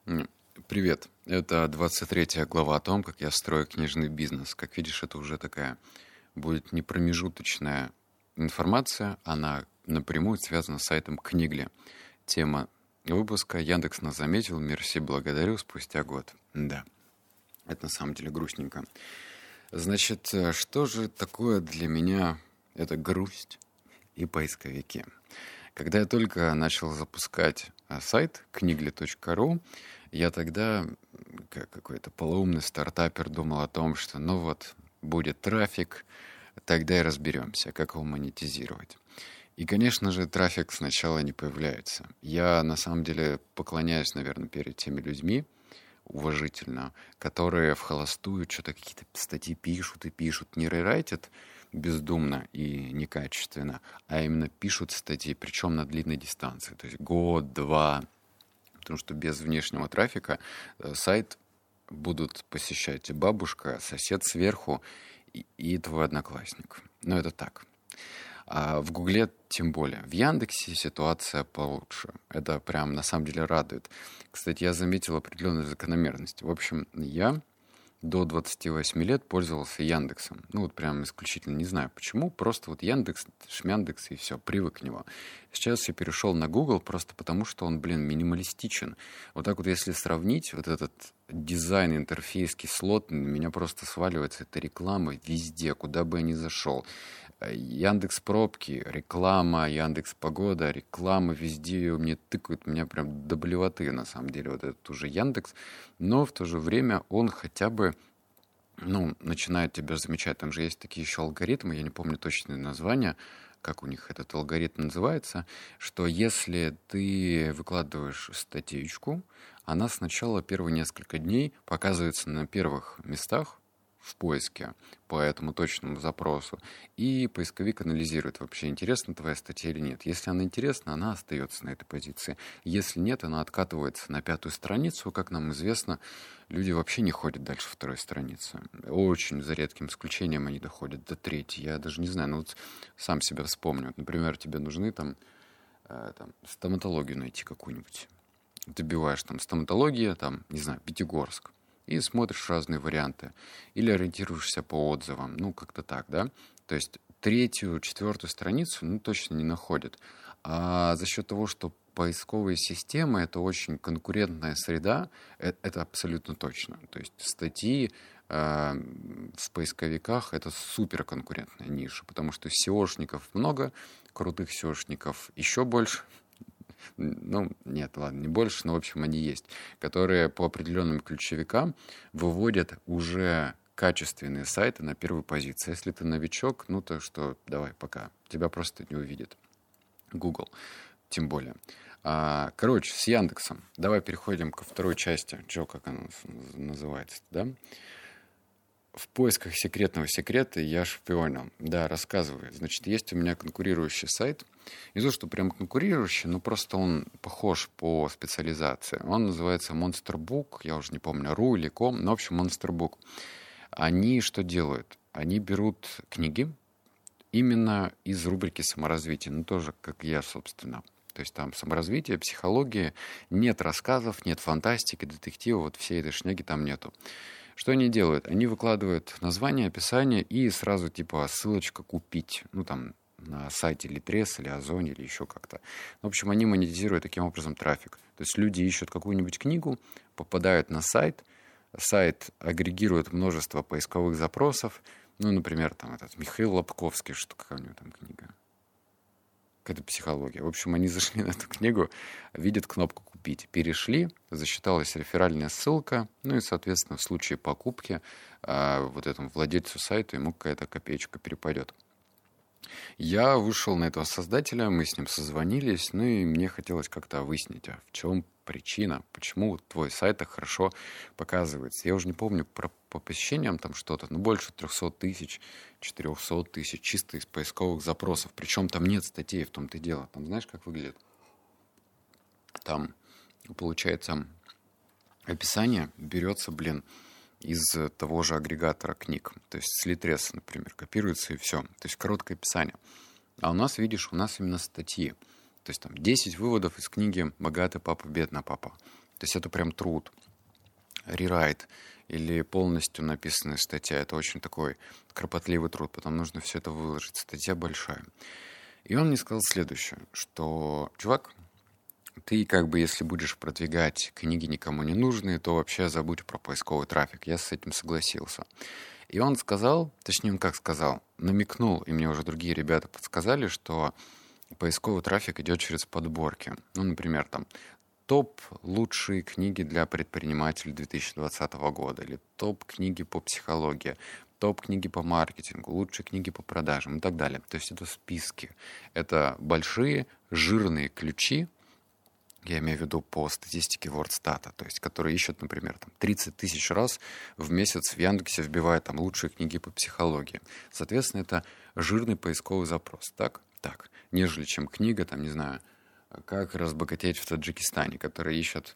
М, Привет. Это 23 глава о том, как я строю книжный бизнес. Как видишь, это уже такая будет не промежуточная информация, она напрямую связана с сайтом Книгли. Тема выпуска «Яндекс нас заметил, мерси, благодарю, спустя год». Да, это на самом деле грустненько. Значит, что же такое для меня это грусть и поисковики? Когда я только начал запускать сайт книгли.ру, я тогда, как какой-то полоумный стартапер, думал о том, что ну вот, будет трафик, тогда и разберемся, как его монетизировать. И, конечно же, трафик сначала не появляется. Я, на самом деле, поклоняюсь, наверное, перед теми людьми, уважительно, которые в холостую что-то какие-то статьи пишут и пишут, не рерайтят бездумно и некачественно, а именно пишут статьи, причем на длинной дистанции, то есть год, два, потому что без внешнего трафика сайт будут посещать и бабушка, сосед сверху и твой одноклассник. Но это так. А в Гугле тем более. В Яндексе ситуация получше. Это прям на самом деле радует. Кстати, я заметил определенную закономерность. В общем, я до 28 лет пользовался Яндексом. Ну вот прям исключительно не знаю почему. Просто вот Яндекс, Шмяндекс и все, привык к нему. Сейчас я перешел на Google просто потому, что он, минималистичен. Вот так вот если сравнить вот этот дизайн, интерфейс кислотный, на меня просто сваливается эта реклама везде, куда бы я ни зашел. Яндекс пробки, реклама, Яндекс погода, реклама везде ее мне тыкают, меня прям до блевоты на самом деле вот этот уже Яндекс, но в то же время он хотя бы начинает тебя замечать. Там же есть такие еще алгоритмы, я не помню точное название, как у них этот алгоритм называется, что если ты выкладываешь статейку, она сначала первые несколько дней показывается на первых местах в поиске по этому точному запросу, и поисковик анализирует, вообще интересна твоя статья или нет. Если она интересна, она остается на этой позиции. Если нет, она откатывается на 5-ю страницу. Как нам известно, люди вообще не ходят дальше второй страницы. Очень за редким исключением они доходят до 3-й. Я даже не знаю, вот сам себя вспомню. Вот, например, тебе нужны там стоматологию найти какую-нибудь. Ты вбиваешь там стоматология, там, не знаю, Пятигорск, и смотришь разные варианты. Или ориентируешься по отзывам. Ну, как-то так, да? То есть 3-ю, 4-ю страницу, точно не находят. А за счет того, что поисковые системы — это очень конкурентная среда, это абсолютно точно. То есть статьи в поисковиках — это суперконкурентная ниша, потому что SEOшников много, крутых SEOшников еще больше. Нет, ладно, не больше, но, в общем, они есть, которые по определенным ключевикам выводят уже качественные сайты на первую позицию. Если ты новичок, то что, давай, пока. Тебя просто не увидит Google, тем более. Короче, с Яндексом. Давай переходим ко второй части. Как она называется, да? В поисках секретного секрета я шпионил. Да, рассказываю. Значит, есть у меня конкурирующий сайт. Не то, что прям конкурирующий, но просто он похож по специализации. Он называется Monster Book. Я уже не помню, .ru или .com. Но, в общем, Monster Book. Они что делают? Они берут книги именно из рубрики саморазвития. Тоже, как я, собственно. То есть там саморазвитие, психология. Нет рассказов, нет фантастики, детектива. Вот всей этой шняги там нету. Что они делают? Они выкладывают название, описание и сразу ссылочка «Купить». Там на сайте Литрес или Озоне или еще как-то. В общем, они монетизируют таким образом трафик. То есть люди ищут какую-нибудь книгу, попадают на сайт агрегирует множество поисковых запросов. Например, там этот Михаил Лобковский, какая у него там книга? Какая-то психология. В общем, они зашли на эту книгу, видят кнопку «Купить». Перешли, засчиталась реферальная ссылка, и, соответственно, в случае покупки вот этому владельцу сайта ему какая-то копеечка перепадет. Я вышел на этого создателя, мы с ним созвонились, и мне хотелось как-то выяснить, в чем причина, почему твой сайт так хорошо показывается. Я уже не помню по посещениям там что-то, больше 300 тысяч, 400 тысяч чисто из поисковых запросов. Причем там нет статей, в том-то и дело. Там знаешь, как выглядит? Там, получается, описание берется, из того же агрегатора книг. То есть с Литреса, например, копируется и все. То есть короткое описание. А у нас именно статьи. То есть там 10 выводов из книги «Богатый папа, бедный папа». То есть это прям труд. Рерайт или полностью написанная статья — это очень такой кропотливый труд, потом нужно все это выложить. Статья большая. И он мне сказал следующее, что, чувак, ты как бы, если будешь продвигать книги никому не нужные, то вообще забудь про поисковый трафик. Я с этим согласился. И он сказал, точнее, он как сказал, намекнул, и мне уже другие ребята подсказали, что поисковый трафик идет через подборки. Ну, например, там топ лучшие книги для предпринимателей 2020 года, или топ книги по психологии, топ книги по маркетингу, лучшие книги по продажам и так далее. То есть это списки. Это большие жирные ключи, я имею в виду по статистике WordStat, то есть которые ищут, например, там, 30 тысяч раз в месяц в Яндексе вбивают там лучшие книги по психологии. Соответственно, это жирный поисковый запрос, так? Так. Нежели чем книга, там, не знаю, как разбогатеть в Таджикистане, которые ищут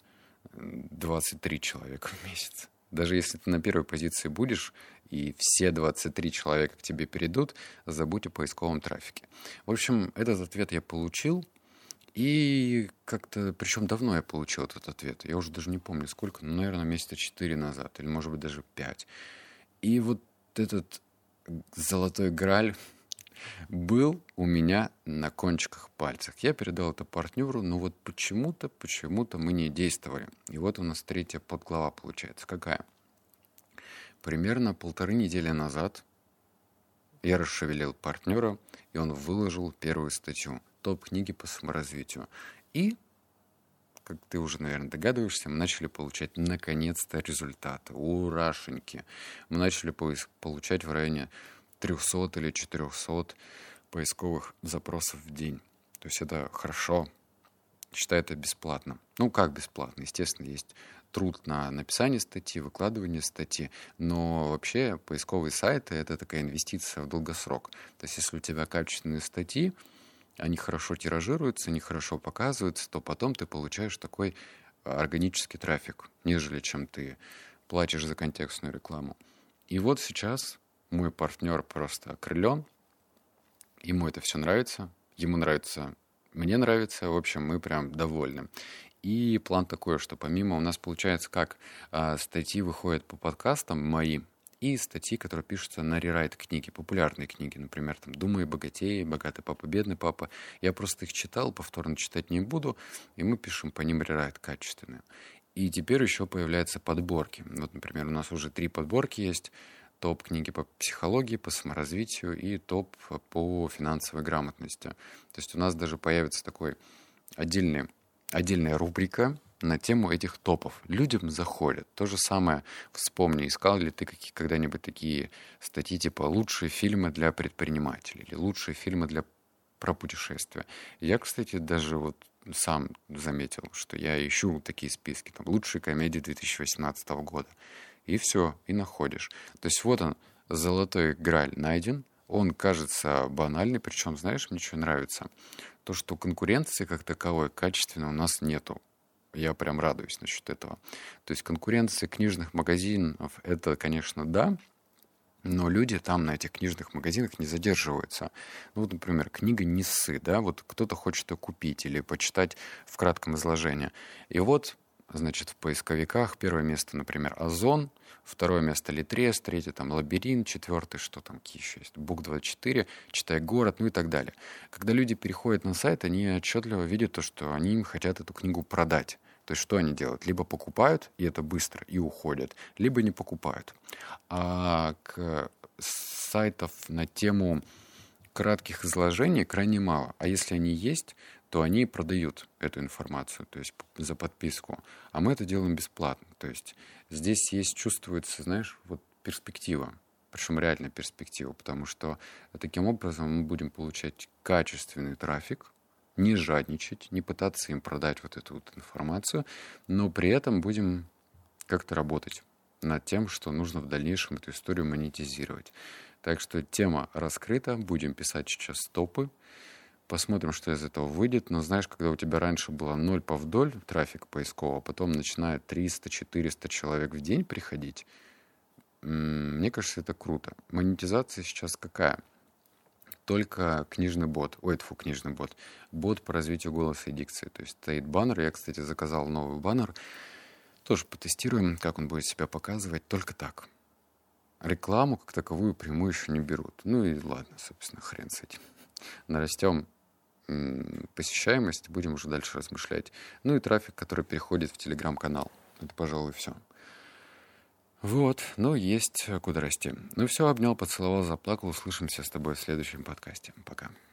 23 человека в месяц. Даже если ты на первой позиции будешь, и все 23 человека к тебе перейдут, забудь о поисковом трафике. В общем, этот ответ я получил. И как-то, причем давно я получил этот ответ. Я уже даже не помню сколько, но, наверное, месяца 4 назад, или, может быть, даже 5. И вот этот золотой грааль был у меня на кончиках пальцев. Я передал это партнеру, но вот почему-то мы не действовали. И вот у нас третья подглава получается. Какая? Примерно 1,5 недели назад я расшевелил партнера, и он выложил первую статью. Топ-книги по саморазвитию. И, как ты уже, наверное, догадываешься, мы начали получать, наконец-то, результаты. Урашеньки. Мы начали получать в районе 300 или 400 поисковых запросов в день. То есть это хорошо. Считаю это бесплатно. Ну, как бесплатно? Естественно, есть труд на написание статьи, выкладывание статьи, но вообще поисковые сайты — это такая инвестиция в долгосрок. То есть если у тебя качественные статьи, они хорошо тиражируются, они хорошо показываются, то потом ты получаешь такой органический трафик, нежели чем ты платишь за контекстную рекламу. И вот сейчас мой партнер просто окрылен, ему это все нравится, ему нравится, мне нравится, в общем, мы прям довольны. И план такой, что помимо у нас получается, как статьи выходят по подкастам мои, и статьи, которые пишутся на рерайт книги, популярные книги, например, там «Думай, богатей», «Богатый папа, бедный папа». Я просто их читал, повторно читать не буду, и мы пишем по ним рерайт качественные. И теперь еще появляются подборки. Вот, например, у нас уже 3 подборки есть. Топ книги по психологии, по саморазвитию и топ по финансовой грамотности. То есть у нас даже появится такой отдельная рубрика на тему этих топов. Людям заходит. То же самое, вспомни, искал ли ты когда-нибудь такие статьи типа «Лучшие фильмы для предпринимателей» или «Лучшие фильмы про путешествия». Я, кстати, даже вот сам заметил, что я ищу такие списки, там, «Лучшие комедии 2018 года». И все, и находишь. То есть вот он, золотой грааль найден. Он кажется банальный, причем, знаешь, мне что нравится? То, что конкуренции как таковой качественно у нас нету. Я прям радуюсь насчет этого. То есть конкуренция книжных магазинов, это, конечно, да, но люди там на этих книжных магазинах не задерживаются. Ну, вот, например, книга «Не ссы», да, вот кто-то хочет ее купить или почитать в кратком изложении. И вот, значит, в поисковиках первое место, например, «Озон», второе место «Литрес», третье там «Лабиринт», четвертый, что там, какие еще есть, «Бук24», «Читай город», ну и так далее. Когда люди переходят на сайт, они отчетливо видят то, что они им хотят эту книгу продать. То есть что они делают? Либо покупают, и это быстро, и уходят, либо не покупают. А к сайтов на тему кратких изложений крайне мало. А если они есть, то они продают эту информацию, то есть за подписку. А мы это делаем бесплатно. То есть здесь есть, чувствуется, знаешь, вот перспектива. Причем реальная перспектива, потому что таким образом мы будем получать качественный трафик, не жадничать, не пытаться им продать вот эту вот информацию, но при этом будем как-то работать над тем, что нужно в дальнейшем эту историю монетизировать. Так что тема раскрыта, будем писать сейчас топы, посмотрим, что из этого выйдет. Но знаешь, когда у тебя раньше было 0 повдоль трафика поискового, а потом начинает 300-400 человек в день приходить, мне кажется, это круто. Монетизация сейчас какая? Только книжный бот. Книжный бот. Бот по развитию голоса и дикции. То есть стоит баннер. Я, кстати, заказал новый баннер. Тоже потестируем, как он будет себя показывать. Только так. Рекламу как таковую прямую еще не берут. Ну и ладно, собственно, хрен с этим. Нарастем посещаемость, будем уже дальше размышлять. Ну и трафик, который переходит в Телеграм-канал. Это, пожалуй, все. Вот, но есть куда расти. Ну все, обнял, поцеловал, заплакал. Услышимся с тобой в следующем подкасте. Пока.